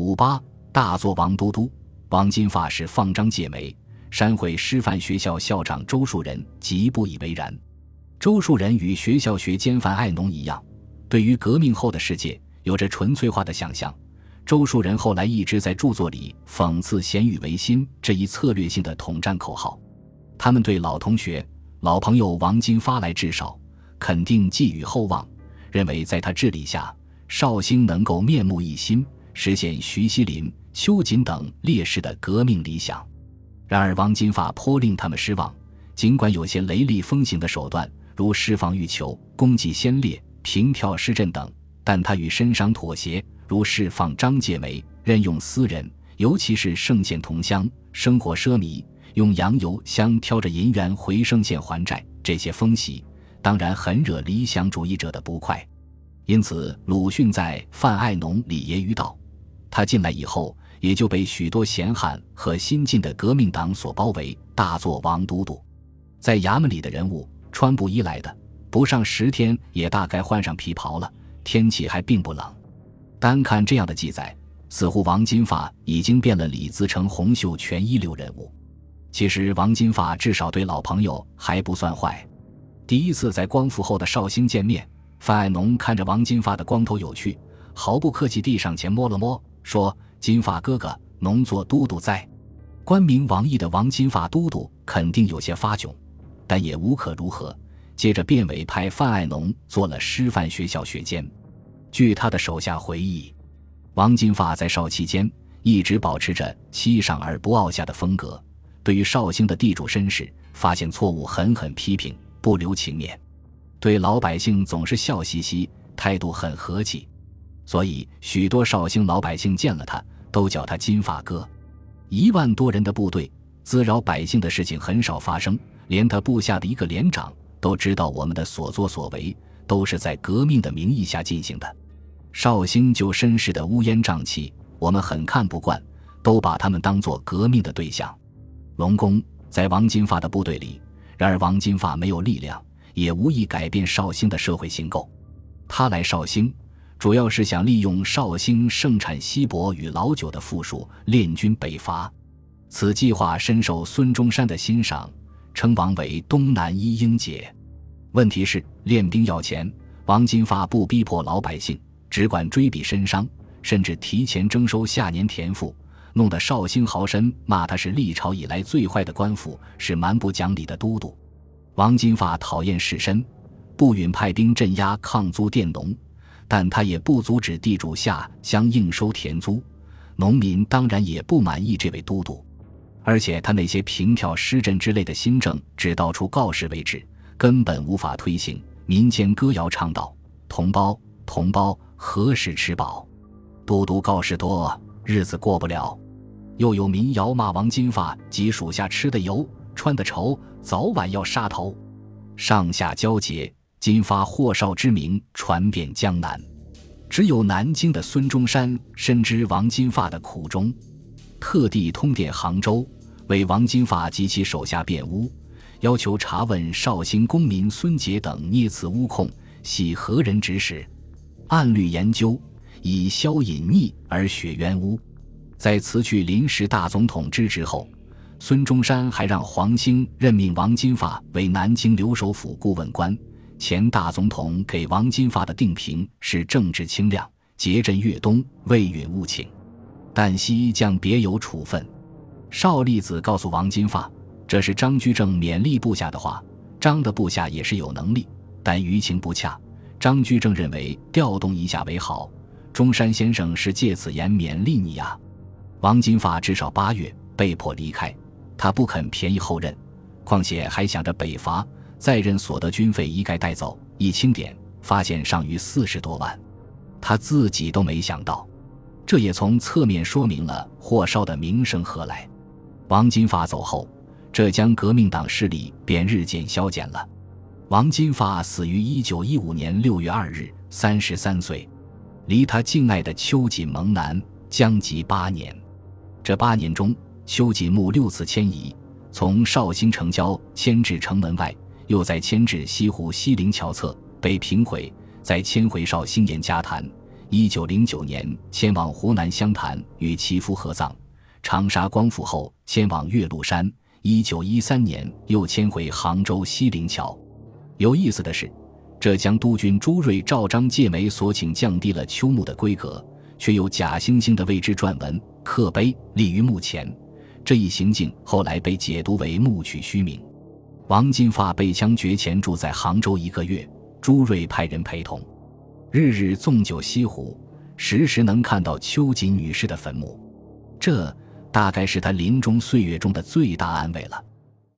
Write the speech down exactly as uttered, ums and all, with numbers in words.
五八大做王都督，王金发是放张借媒，山会师范学校校长周树人极不以为然。周树人与学校学监范爱农一样，对于革命后的世界有着纯粹化的想象。周树人后来一直在著作里讽刺咸与维新这一策略性的统战口号。他们对老同学、老朋友王金发来至少肯定寄予厚望，认为在他治理下，绍兴能够面目一新，实现徐锡麟、秋瑾等烈士的革命理想。然而王金发颇令他们失望，尽管有些雷厉风行的手段，如释放欲求、攻击先烈、平跳施镇等，但他与绅商妥协，如释放张介梅，任用私人，尤其是盛县同乡，生活奢靡，用洋油箱挑着银元回盛县还债，这些风习当然很惹理想主义者的不快。因此鲁迅在范爱农里揶揄道，他进来以后也就被许多闲汉和新进的革命党所包围，大做王都督。在衙门里的人物穿布衣来的，不上十天也大概换上皮袍了，天气还并不冷。单看这样的记载，似乎王金发已经变了李自成、洪秀全一流人物。其实王金发至少对老朋友还不算坏。第一次在光复后的绍兴见面，范爱农看着王金发的光头有趣，毫不客气地上前摸了摸，说：“金发哥哥，农做都督在。”官名王毅的王金发都督肯定有些发窘，但也无可如何，接着便委派范爱农做了师范学校学监。据他的手下回忆，王金发在绍期间一直保持着欺上而不傲下的风格，对于绍兴的地主绅士发现错误狠狠批评，不留情面，对老百姓总是笑嘻嘻，态度很和气，所以许多绍兴老百姓见了他都叫他金发哥。一万多人的部队，滋扰百姓的事情很少发生，连他部下的一个连长都知道我们的所作所为都是在革命的名义下进行的。绍兴就绅士的乌烟瘴气，我们很看不惯，都把他们当作革命的对象。龙公在王金发的部队里，然而王金发没有力量，也无意改变绍兴的社会形构。他来绍兴主要是想利用绍兴盛产锡箔与老酒的富庶，练军北伐。此计划深受孙中山的欣赏，称王为东南一英杰。问题是练兵要钱，王金发不逼迫老百姓，只管追比绅商，甚至提前征收下年田赋，弄得绍兴豪绅骂他是历朝以来最坏的官府，是蛮不讲理的都督。王金发讨厌士绅，不允派兵镇压抗租佃农，但他也不阻止地主下乡应收田租，农民当然也不满意这位都督。而且他那些平跳施镇之类的新政只到处告示为止，根本无法推行。民间歌谣唱道：同胞同胞何时吃饱，都督告示多，日子过不了。又有民谣骂王金发及属下吃的油，穿的绸，早晚要杀头。上下交结，金发霍绍之名传遍江南。只有南京的孙中山深知王金发的苦衷，特地通电杭州，为王金发及其手下辩诬，要求查问绍兴公民孙杰等捏此诬控系何人指使，按律研究，以消隐匿而雪冤诬。在辞去临时大总统之职后，孙中山还让黄兴任命王金发为南京留守府顾问官。前大总统给王金发的定评是政治清亮，节镇粤东，未允勿请，但悉将别有处分。邵力子告诉王金发，这是张居正勉励部下的话，张的部下也是有能力，但舆情不洽，张居正认为调动一下为好，中山先生是借此言勉励你啊。王金发至少八月被迫离开，他不肯便宜后任，况且还想着北伐，再任所得军费一概带走，一清点发现尚余四十多万，他自己都没想到。这也从侧面说明了霍绍的名声何来。王金发走后，浙江革命党势力便日渐消减了。王金发死于一九一五年六月二日，三十三岁，离他敬爱的秋瑾蒙难将及八年。这八年中，秋瑾墓六次迁移，从绍兴城郊迁至城门外，又再迁至西湖西泠桥侧，被平毁，再迁回绍兴严家坛， 一九零九年迁往湖南湘潭与其夫合葬，长沙光复后迁往岳麓山，一九一三年又迁回杭州西泠桥。有意思的是，浙江督军朱瑞照章介梅所请降低了秋墓的规格，却又假惺惺地为之撰文刻碑立于墓前，这一行径后来被解读为墓取虚名。王金发被枪决前住在杭州一个月，朱瑞派人陪同，日日纵酒西湖，时时能看到秋瑾女士的坟墓，这大概是他临终岁月中的最大安慰了。